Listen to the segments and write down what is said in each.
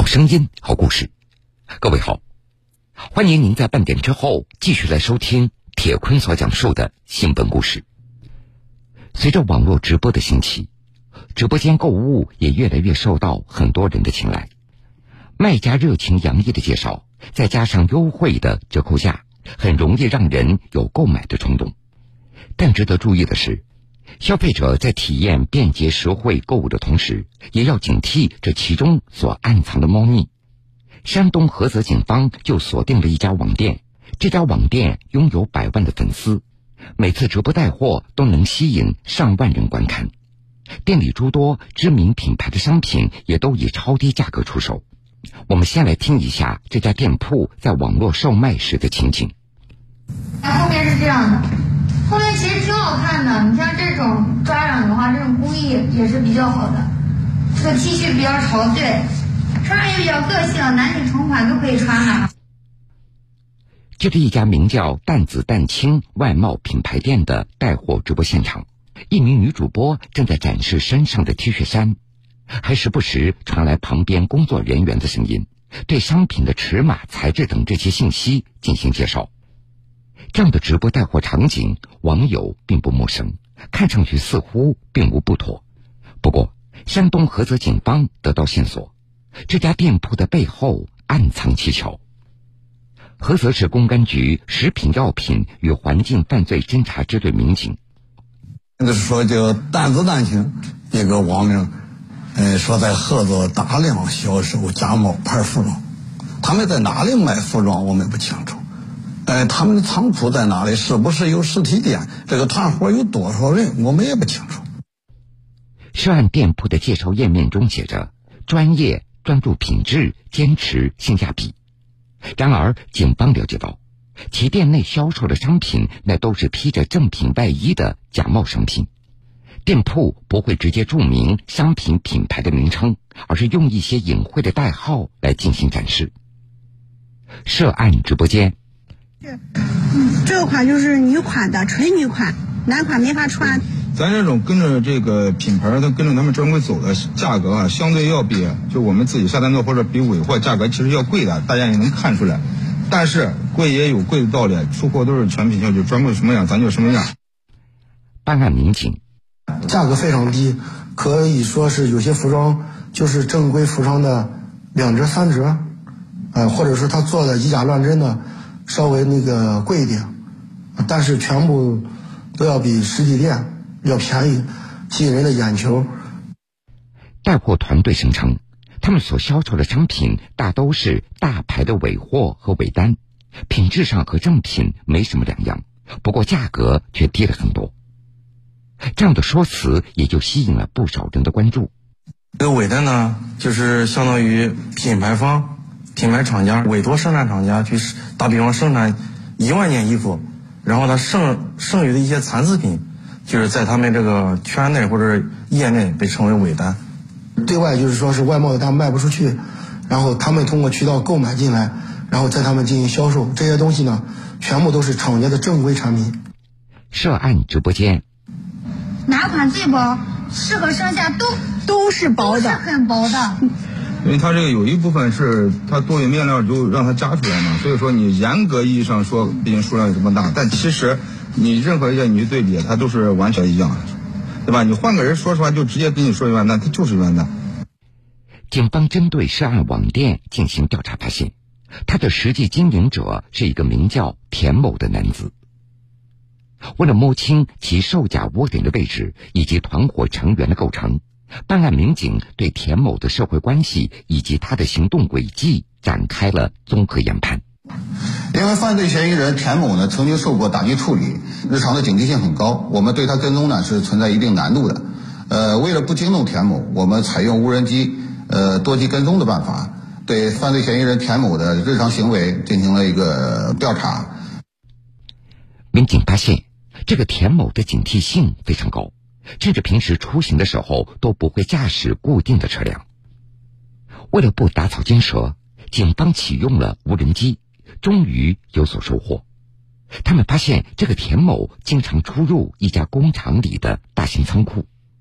声音，好故事。各位好，欢迎您在半点之后继续来收听铁坤所讲述的新闻故事。随着网络直播的兴起，直播间购物也越来越受到很多人的青睐。卖家热情洋溢的介绍，再加上优惠的折扣价，很容易让人有购买的冲动。但值得注意的是，消费者在体验便捷实惠购物的同时，也要警惕这其中所暗藏的猫腻。山东菏泽警方就锁定了一家网店，这家网店拥有100万的粉丝，每次直播带货都能吸引上万人观看。店里诸多知名品牌的商品也都以超低价格出售。我们先来听一下这家店铺在网络售卖时的情景。 后面是这样的，后面其实挺好看的，你像这种抓染的话，这种工艺也是比较好的。这个 T 恤比较潮，对，穿上也比较个性，男女同款都可以穿的。 这是一家名叫淡紫淡青外贸品牌店的带货直播现场，一名女主播正在展示身上的 T 恤衫，还时不时传来旁边工作人员的声音，对商品的尺码、材质等这些信息进行介绍。这样的直播带货场景，网友并不陌生，看上去似乎并无不妥。不过，山东菏泽警方得到线索，这家店铺的背后暗藏蹊跷。菏泽市公安局食品药品与环境犯罪侦查支队民警， 就是说叫淡紫淡青一个网名，说在菏泽大量销售假冒牌服装，他们在哪里卖服装我们不清楚。他们的仓库在哪里？是不是有实体店？这个团伙有多少人？我们也不清楚。 涉案店铺的介绍页面中写着专业、专注品质、坚持性价比。然而警方了解到，其店内销售的商品那都是披着正品外衣的假冒商品。店铺不会直接注明商品品牌的名称，而是用一些隐晦的代号来进行展示。涉案直播间， 这个款就是女款的，纯女款，男款没法穿。 咱这种跟着这个品牌，它跟着他们专柜走的价格啊，相对要比就我们自己下单做或者比尾货价格其实要贵的，大家也能看出来。但是贵也有贵的道理，出货都是全品效，就专柜什么样咱就什么样。 办案民警， 价格非常低，可以说是有些服装就是正规服装的2折3折，或者是他做的以假乱真的稍微贵一点，但是全部都要比实体店要便宜，吸引人的眼球。 带货团队声称，他们所销售的商品大都是大牌的尾货和尾单，品质上和正品没什么两样，不过价格却低了很多。这样的说辞也就吸引了不少人的关注。 这个尾单呢，就是相当于品牌方、品牌厂家委托生产厂家去打比方生产1万件衣服，然后它剩余的一些残次品，就是在他们这个圈内或者业内被称为尾单。 对外就是说是外贸的单卖不出去，然后他们通过渠道购买进来，然后在他们进行销售，这些东西呢，全部都是厂家的正规产品。 涉案直播间， 哪款最薄？适合上下都是薄的，都是很薄的。 因为它这个有一部分是它多余面料就让它加出来嘛，所以说你严格意义上说，毕竟数量这么大，但其实你任何一件你去对比，它都是完全一样的，对吧？你换个人说实话就直接跟你说原单，它就是原单。 警方针对涉案网店进行调查，发现他的实际经营者是一个名叫田某的男子。为了摸清其售假窝点的位置以及团伙成员的构成，办案民警对田某的社会关系以及他的行动轨迹展开了综合研判。 因为犯罪嫌疑人田某呢曾经受过打击处理，日常的警惕性很高，我们对他跟踪呢是存在一定难度的。为了不惊动田某，我们采用无人机多机跟踪的办法，对犯罪嫌疑人田某的日常行为进行了一个调查。 民警发现，这个田某的警惕性非常高，甚至平时出行的时候都不会驾驶固定的车辆。为了不打草惊蛇，警方启用了无人机，终于有所收获。他们发现这个田某经常出入一家工厂里的大型仓库。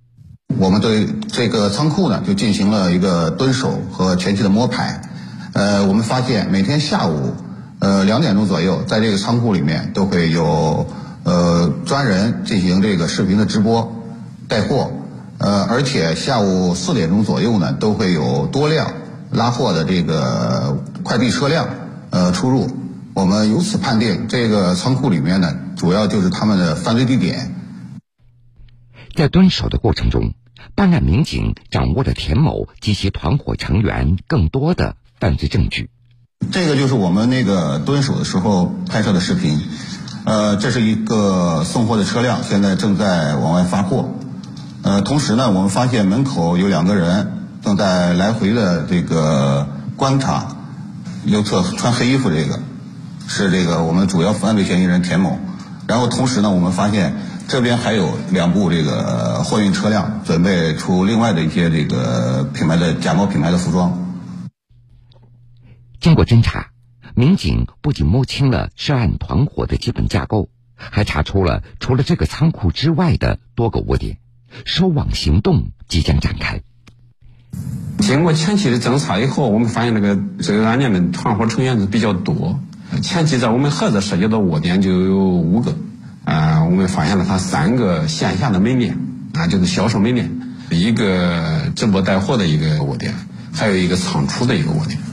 我们对这个仓库呢就进行了一个蹲守和前期的摸排。我们发现每天下午2点钟左右，在这个仓库里面都会有专人进行这个视频的直播带货，而且下午4点钟左右呢，都会有多辆拉货的这个快递车辆出入。我们由此判定，这个仓库里面呢，主要就是他们的犯罪地点。 在蹲守的过程中，办案民警掌握了田某及其团伙成员更多的犯罪证据。 这个就是我们那个蹲守的时候拍摄的视频。这是一个送货的车辆，现在正在往外发货。同时呢，我们发现门口有2个人正在来回的这个观察。右侧穿黑衣服这个是这个我们主要犯罪嫌疑人田某。然后同时呢，我们发现这边还有2部这个货运车辆，准备出另外的一些这个品牌的假冒品牌的服装。 经过侦查，民警不仅摸清了涉案团伙的基本架构，还查出了除了这个仓库之外的多个窝点，收网行动即将展开。 经过前期的侦查以后，我们发现这个案件的团伙成员是比较多。前期在我们菏泽涉及的窝点就有5个，我们发现了他3个线下的门面，就是销售门面，1个直播带货的一个窝点，还有1个仓储的一个窝点。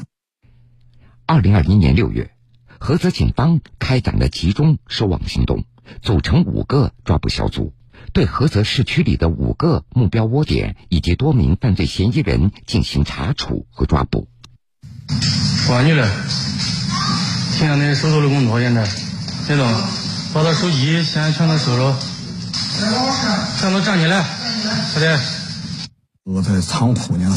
2021年6月，菏泽警方开展了集中收网行动，组成5个抓捕小组，对菏泽市区里的5个目标窝点以及多名犯罪嫌疑人进行查处和抓捕。 管你了，听下那手头的工作，现在那种把他手机先全都收了，全都站起来，快点。 我在仓库呢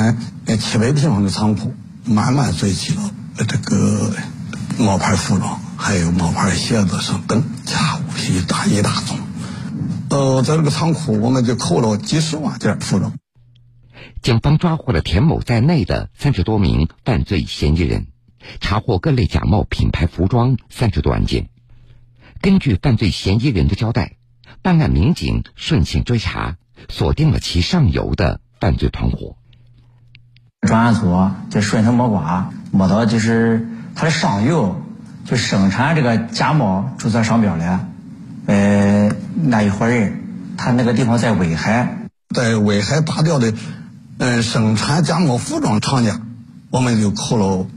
，3700平方的仓库，满满堆积了这个冒牌服装，还有冒牌鞋子等家务一大宗。在这个仓库，我们就扣了几十万件服装。 警方抓获了田某在内的30多名犯罪嫌疑人，查获各类假冒品牌服装30多案件。根据犯罪嫌疑人的交代，办案民警顺线追查，锁定了其上游的犯罪团伙。 专案组就顺藤摸瓜，摸到就是他的上游就生产这个假冒注册商标的，那一伙人，他那个地方在威海， 在威海打掉的生产假冒服装厂家，我们就扣了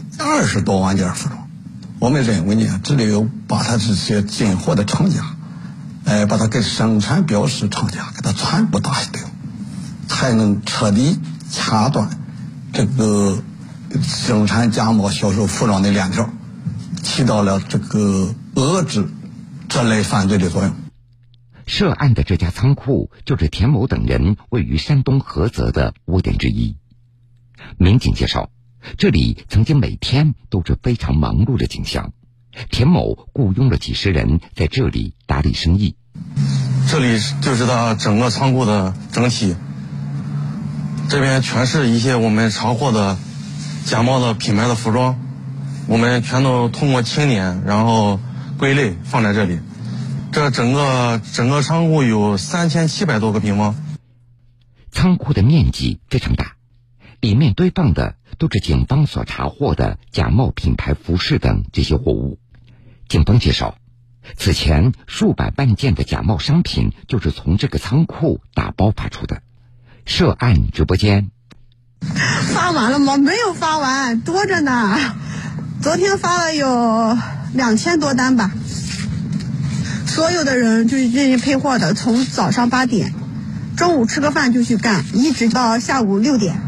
20多万件服装。我们认为呢，这里有把他这些进货的厂家，把他给生产标识厂家给他全部打掉，才能彻底掐断这个生产假冒销售服装的链条，起到了这个遏制这类犯罪的作用。 涉案的这家仓库就是田某等人位于山东菏泽的窝点之一。民警介绍，这里曾经每天都是非常忙碌的景象，田某雇佣了几十人在这里打理生意。 这里就是他整个仓库的整体，这边全是一些我们查获的假冒的品牌的服装，我们全都通过清点，然后归类放在这里。这整个仓库有3700多个平方。 仓库的面积非常大，里面堆放的都是警方所查获的假冒品牌服饰等这些货物。警方介绍，此前数百万件的假冒商品就是从这个仓库打包发出的。涉案直播间发完了吗？没有发完，多着呢。昨天发了有2000多单吧。所有的人就是这些配货的，从早上8点，中午吃个饭就去干，一直到下午6点。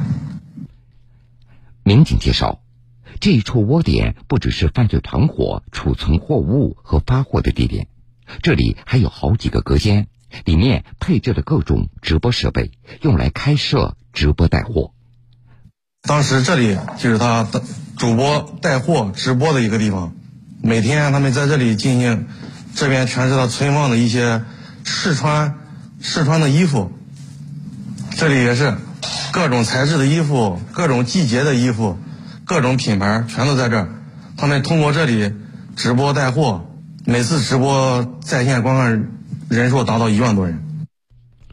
民警介绍，这一处窝点不只是犯罪团伙储存货物和发货的地点，这里还有好几个隔间，里面配置了各种直播设备，用来开设直播带货。 当时这里就是他主播带货直播的一个地方，每天他们在这里进行，这边全是他存放的一些试穿的衣服，这里也是各种材质的衣服，各种季节的衣服，各种品牌全都在这儿。他们通过这里直播带货，每次直播在线观看人数达到1万多人。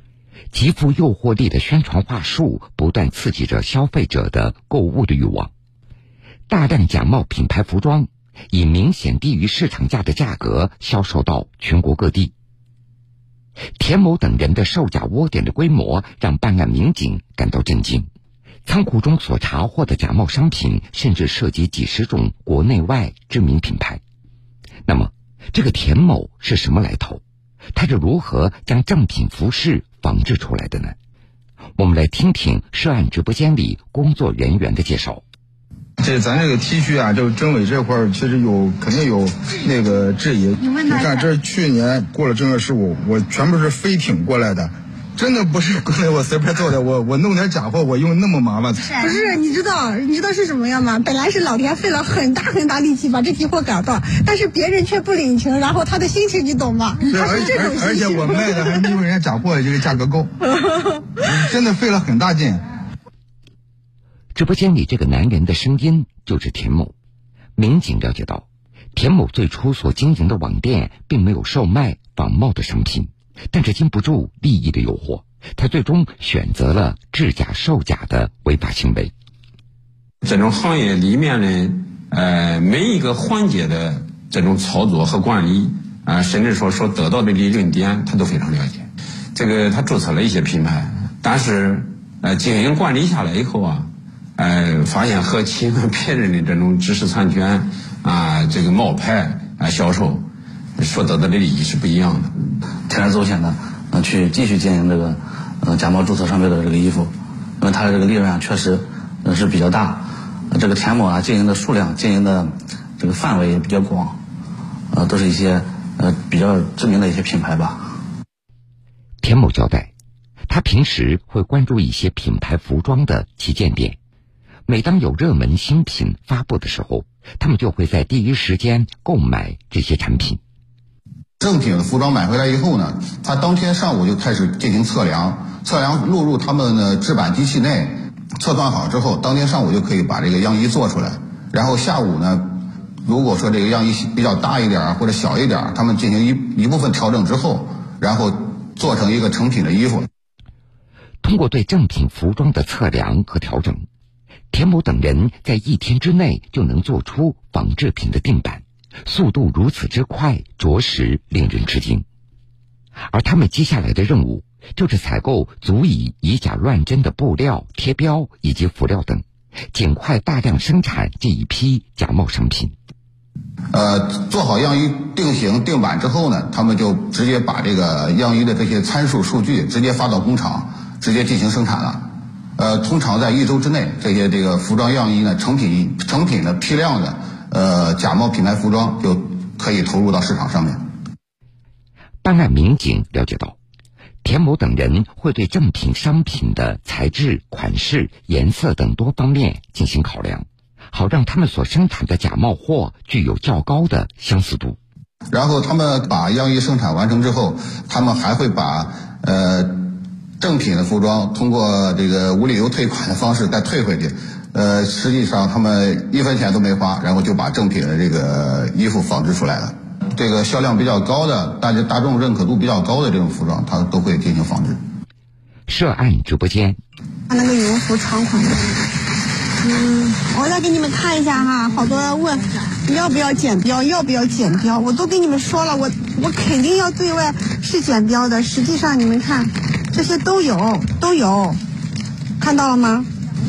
极富诱惑力的宣传话术不断刺激着消费者的购物的欲望，大量假冒品牌服装以明显低于市场价的价格销售到全国各地。田某等人的售假窝点的规模让办案民警感到震惊，仓库中所查获的假冒商品甚至涉及几十种国内外知名品牌。那么这个田某是什么来头？他是如何将正品服饰仿制出来的呢？我们来听听涉案直播间里工作人员的介绍。 咱这个 T 恤啊，就真伪这块其实肯定有那个质疑。你看，这是去年过了正月15，我全部是飞挺过来的，真的不是国内我随便做的，我弄点假货，我用那么麻烦。 不是，你知道是什么样吗？本来是老田费了很大力气把这批货搞到，但是别人却不领情，然后他的心情你懂吗？他是这种心情。 而且我卖的还没有人家假货这个价格高，真的费了很大劲。 直播间里这个男人的声音就是田某。民警了解到，田某最初所经营的网店并没有售卖仿冒的商品，但是经不住利益的诱惑，他最终选择了制假售假的违法行为。 这种行业里面呢，每一个环节的这种操作和管理甚至说得到的利润点，他都非常了解。这个他注册了一些品牌，但是经营管理下来以后发现和侵犯别人的这种知识产权这个冒牌销售所得到的利益是不一样的。 铤而走险的去继续经营这个假冒注册商标的这个衣服，因为它的这个利润确实是比较大。这个田某经营的数量、经营的这个范围也比较广，都是一些比较知名的一些品牌吧。 田某交代，他平时会关注一些品牌服装的旗舰店，每当有热门新品发布的时候，他们就会在第一时间购买这些产品。 正品的服装买回来以后呢，他当天上午就开始进行测量录入他们的制版机器内，测算好之后，当天上午就可以把这个样衣做出来。然后下午呢，如果说这个样衣比较大一点或者小一点，他们进行一部分调整之后，然后做成一个成品的衣服。 通过对正品服装的测量和调整，田某等人在1天之内就能做出仿制品的定版，速度如此之快，着实令人吃惊。而他们接下来的任务就是采购足以以假乱真的布料、贴标以及辅料等，尽快大量生产这一批假冒商品。 做好样衣定型定版之后呢，他们就直接把这个样衣的这些参数数据直接发到工厂，直接进行生产了。通常在1周之内，这个服装样衣呢，成品的批量的假冒品牌服装就可以投入到市场上面。 办案民警了解到，田某等人会对正品商品的材质、款式、颜色等多方面进行考量，好让他们所生产的假冒货具有较高的相似度。 然后他们把样衣生产完成之后，他们还会把正品的服装通过这个无理由退款的方式再退回去。实际上他们1分钱都没花，然后就把正品的这个衣服仿制出来了。这个销量比较高的、大众认可度比较高的这种服装，它都会进行仿制。 涉案直播间， 那个羽绒服长款的，我再给你们看一下哈，好多人问要不要剪标，我都跟你们说了，我肯定要对外是剪标的。实际上你们看，这些都有，看到了吗？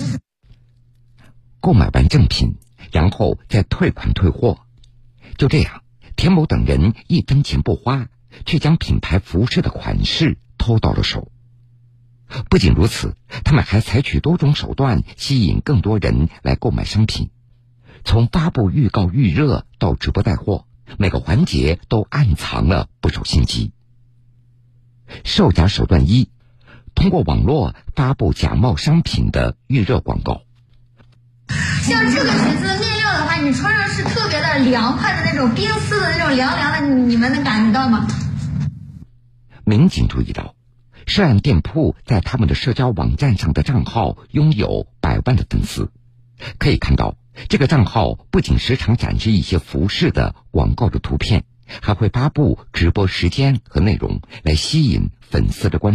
购买完正品，然后再退款退货，就这样，田某等人1分钱不花，却将品牌服饰的款式偷到了手。不仅如此，他们还采取多种手段吸引更多人来购买商品，从发布预告预热到直播带货，每个环节都暗藏了不少心机。售假手段1，通过网络发布假冒商品的预热广告。 像这个裙子面料的话，你穿上是特别的凉快的那种冰丝的那种凉凉的，你们能感觉到吗？ 民警注意到，涉案店铺在他们的社交网站上的账号拥有100万的粉丝。可以看到，这个账号不仅时常展示一些服饰的广告的图片，还会发布直播时间和内容来吸引粉丝的关注。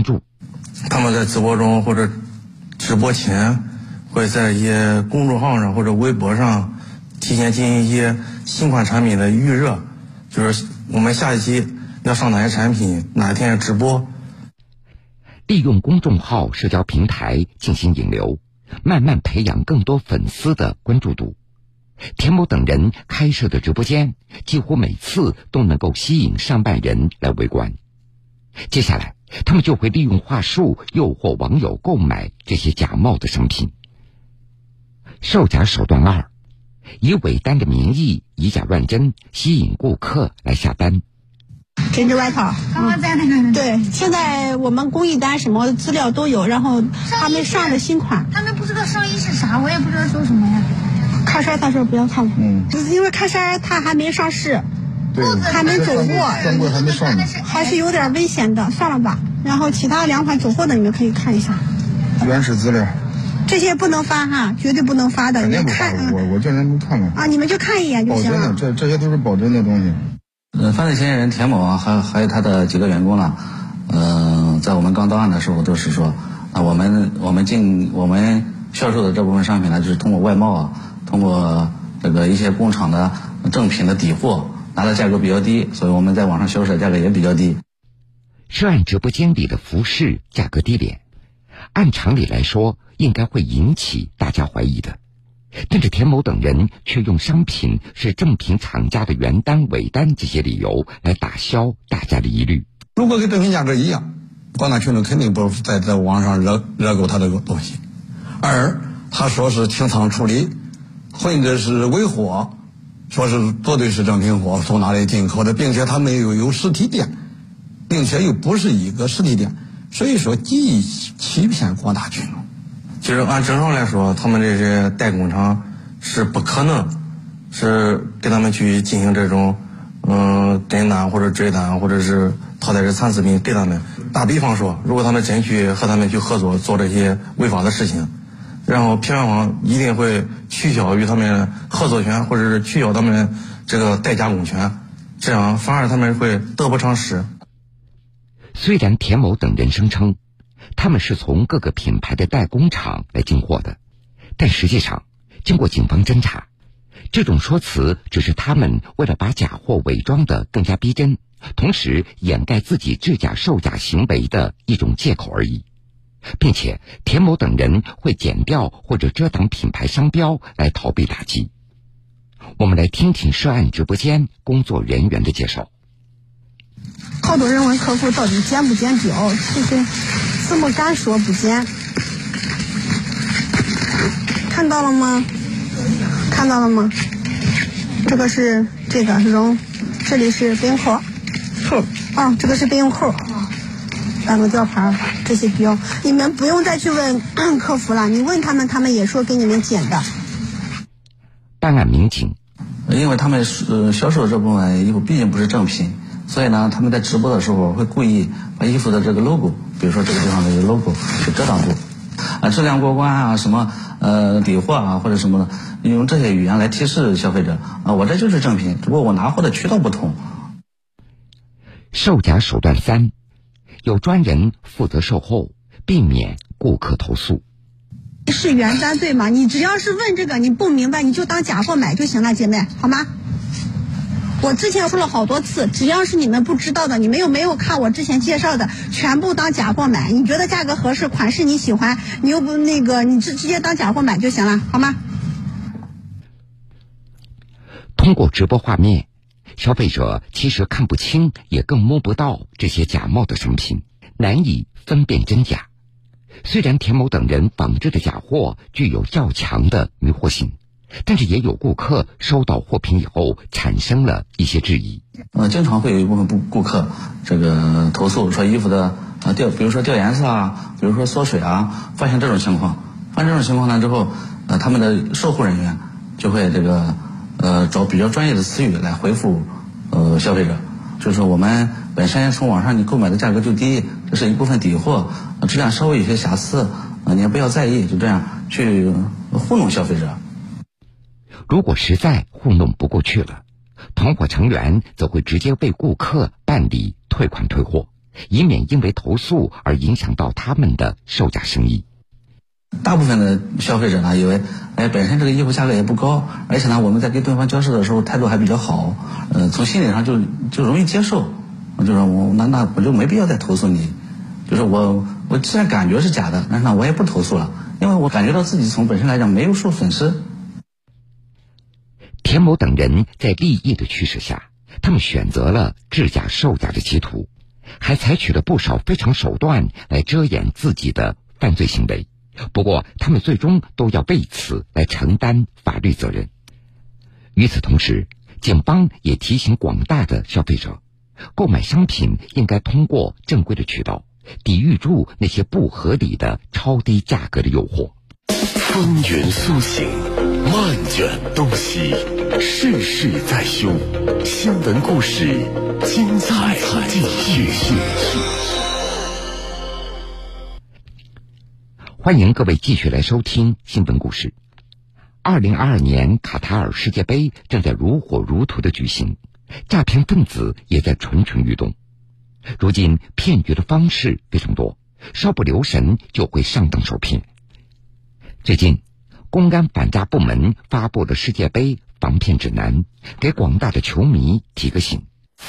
他们在直播中或者直播前会在一些公众号上或者微博上提前进行一些新款产品的预热，就是我们下一期要上哪些产品，哪一天要直播。 利用公众号社交平台进行引流，慢慢培养更多粉丝的关注度。田某等人开设的直播间几乎每次都能够吸引上万人来围观。接下来他们就会利用话术诱惑网友购买这些假冒的商品。售假手段2，以伪单的名义以假乱真，吸引顾客来下单。 针织外套， 刚刚在那个对，现在我们工艺单什么资料都有，然后他们上的新款， 他们不知道上衣是啥，我也不知道说什么呀。 卡衫他说不要看了，就是因为卡衫它还没上市，还没走货， 专柜还没上呢， 还是有点危险的，算了吧。然后其他2款走货的你们可以看一下。 原始资料。 这些不能发哈，绝对不能发的。 肯定不发，我叫人都看了。 啊，你们就看一眼就行了。 保真的，这些都是保真的东西。 犯罪嫌疑人田某啊，还有他的几个员工呢，在我们刚到案的时候都是说，我们销售的这部分商品呢，就是通过外贸啊，通过这个一些工厂的正品的底货，拿的价格比较低，所以我们在网上销售的价格也比较低。 涉案直播间里的服饰价格低廉，按常理来说应该会引起大家怀疑的，但是田某等人却用商品是正品厂家的原单伪单这些理由来打消大家的疑虑。 如果跟正品价格一样，广大群众肯定不在网上热购他这个东西。2，他说是清仓处理，或者是伪货，说是绝对是正品货，从哪里进口的，并且他们又有实体店，并且又不是一个实体店，所以说极易欺骗广大群众。 就是按正常来说，他们这些代工厂是不可能是给他们去进行这种真单或者追单或者是淘汰式残次品给他们。打比方说，如果他们真去和他们去合作做这些违法的事情，然后批发方一定会取消与他们合作权，或者是取消他们这个代加工权，这样反而他们会得不偿失。 虽然田某等人声称他们是从各个品牌的代工厂来进货的，但实际上经过警方侦查，这种说辞只是他们为了把假货伪装得更加逼真，同时掩盖自己制假售假行为的一种借口而已，并且田某等人会剪掉或者遮挡品牌商标来逃避打击。我们来听听涉案直播间工作人员的介绍。 好多人问客服到底剪不剪标，其实怎么敢说不剪？看到了吗？看到了吗？这个是绒，这里是边扣，这个是边扣，2个吊牌，这些标，你们不用再去问客服了，你问他们，他们也说给你们剪的。 办案民警， 因为他们销售的这部分衣服毕竟不是正品，所以呢，他们在直播的时候会故意把衣服的这个 logo， 比如说这个地方的一个 logo 给遮挡住，质量过关啊，什么底货啊或者什么的，用这些语言来提示消费者我这就是正品，只不过我拿货的渠道不同。 售假手段3，有专人负责售后，避免顾客投诉。 是原单对吗？你只要是问这个你不明白，你就当假货买就行了，姐妹，好吗？我之前说了好多次，只要是你们不知道的，你们又没有看我之前介绍的，全部当假货买。你觉得价格合适，款式你喜欢，你又不你直接当假货买就行了，好吗？ 通过直播画面，消费者其实看不清也更摸不到这些假冒的商品，难以分辨真假。虽然田某等人仿制的假货具有较强的迷惑性，但是也有顾客收到货品以后产生了一些质疑。 经常会有一部分顾客这个投诉说衣服的比如说掉颜色啊，比如说缩水啊，发现这种情况呢之后，他们的售后人员就会找比较专业的词语来回复消费者，就是我们本身从网上你购买的价格就低，这是一部分底货，质量稍微有些瑕疵，你也不要在意，就这样去糊弄消费者。 如果实在糊弄不过去了，团伙成员则会直接为顾客办理退款退货， 以免因为投诉而影响到他们的售价生意。 大部分的消费者呢，以为本身这个衣服价格也不高，而且呢我们在跟对方交涉的时候态度还比较好，从心理上就容易接受，就说那我就没必要再投诉你，就是我虽然感觉是假的，但是呢我也不投诉了，因为我感觉到自己从本身来讲没有受损失。 田某等人在利益的驱使下，他们选择了制假售假的歧途，还采取了不少非常手段来遮掩自己的犯罪行为。不过他们最终都要为此来承担法律责任。与此同时，警方也提醒广大的消费者，购买商品应该通过正规的渠道，抵御住那些不合理的超低价格的诱惑。 风云苏醒，漫卷东西，世事在胸，新闻故事精彩继续。 欢迎各位继续来收听新闻故事。2022年卡塔尔世界杯正在如火如荼的举行，诈骗分子也在蠢蠢欲动。如今骗局的方式非常多，稍不留神就会上当受骗。最近公安反诈部门发布了世界杯防骗指南，给广大的球迷提个醒。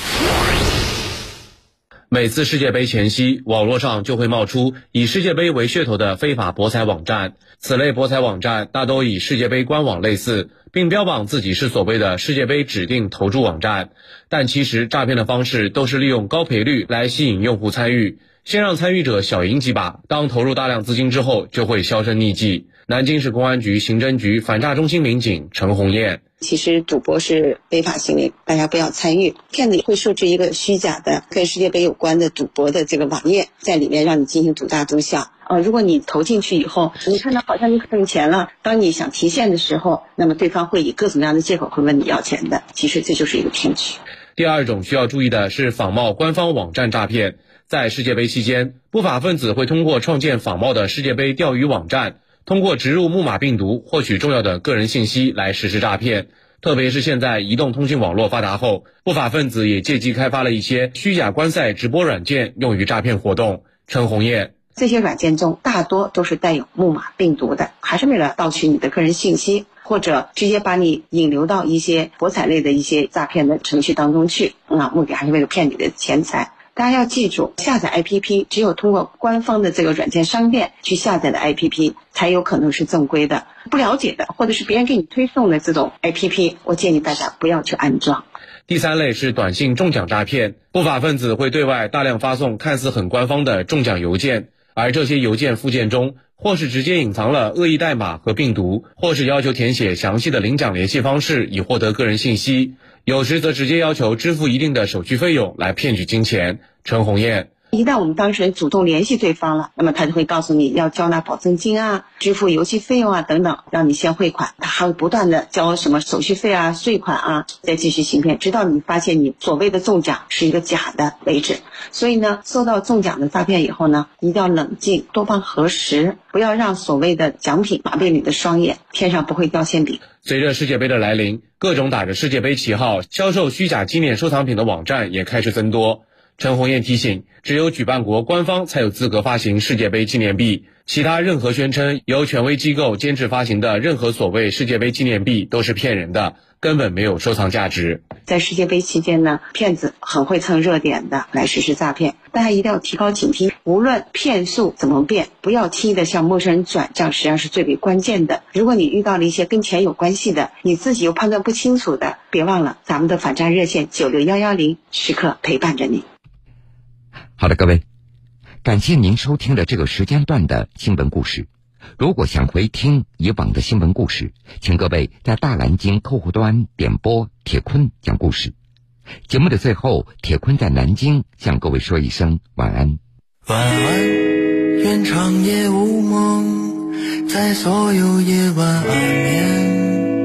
每次世界杯前夕，网络上就会冒出以世界杯为噱头的非法博彩网站。此类博彩网站大都以世界杯官网类似，并标榜自己是所谓的世界杯指定投注网站，但其实诈骗的方式都是利用高赔率来吸引用户参与，先让参与者小赢几把，当投入大量资金之后就会销声匿迹。南京市公安局刑侦局反诈中心民警陈红艳： 其实赌博是违法行为，大家不要参与。骗子会设置一个虚假的跟世界杯有关的赌博的这个网页，在里面让你进行赌大赌小。如果你投进去以后，你看到好像你挣钱了，当你想提现的时候，那么对方会以各种各样的借口会问你要钱的，其实这就是一个骗局。 第二种需要注意的是仿冒官方网站诈骗。在世界杯期间，不法分子会通过创建仿冒的世界杯钓鱼网站，通过植入木马病毒获取重要的个人信息来实施诈骗。特别是现在移动通讯网络发达后，不法分子也借机开发了一些虚假观赛直播软件，用于诈骗活动。陈红艳： 这些软件中大多都是带有木马病毒的，还是为了盗取你的个人信息，或者直接把你引流到一些博彩类的一些诈骗的程序当中去，目的还是为了骗你的钱财。大家要记住，下载 APP 只有通过官方的这个软件商店去下载的 APP 才有可能是正规的，不了解的或者是别人给你推送的这种 APP， 我建议大家不要去安装。 第三类是短信中奖诈骗，不法分子会对外大量发送看似很官方的中奖邮件，而这些邮件附件中或是直接隐藏了恶意代码和病毒，或是要求填写详细的领奖联系方式以获得个人信息，有时则直接要求支付一定的手续费用来骗取金钱。陈红艳： 一旦我们当事人主动联系对方了，那么他就会告诉你要交纳保证金啊，支付游戏费用啊等等，让你先汇款，他还会不断的交什么手续费啊、税款啊，再继续行骗，直到你发现你所谓的中奖是一个假的为止。所以呢，收到中奖的诈骗以后呢，一定要冷静，多方核实，不要让所谓的奖品麻痹你的双眼，天上不会掉馅饼。 随着世界杯的来临，各种打着世界杯旗号销售虚假纪念收藏品的网站也开始增多。陈红艳提醒，只有举办国官方才有资格发行世界杯纪念币，其他任何宣称由权威机构监制发行的任何所谓世界杯纪念币都是骗人的，根本没有收藏价值。 在世界杯期间呢，骗子很会蹭热点的来实施诈骗，大家一定要提高警惕，无论骗术怎么变，不要轻易的向陌生人转账，实际上是最为关键的。如果你遇到了一些跟钱有关系的，你自己又判断不清楚的，别忘了咱们的反诈热线96110时刻陪伴着你。 好的，各位，感谢您收听的这个时间段的新闻故事。如果想回听以往的新闻故事，请各位在大蓝鲸客户端点播铁坤讲故事。节目的最后，铁坤在南京向各位说一声晚安。 晚安，愿长夜无梦，在所有夜晚安眠。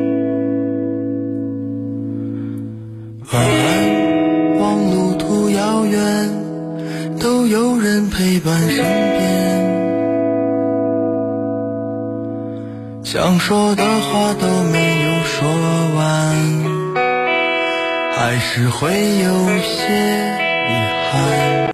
晚安，望路途遥远，都有人陪伴身边。想说的话都没有说完，还是会有些遗憾。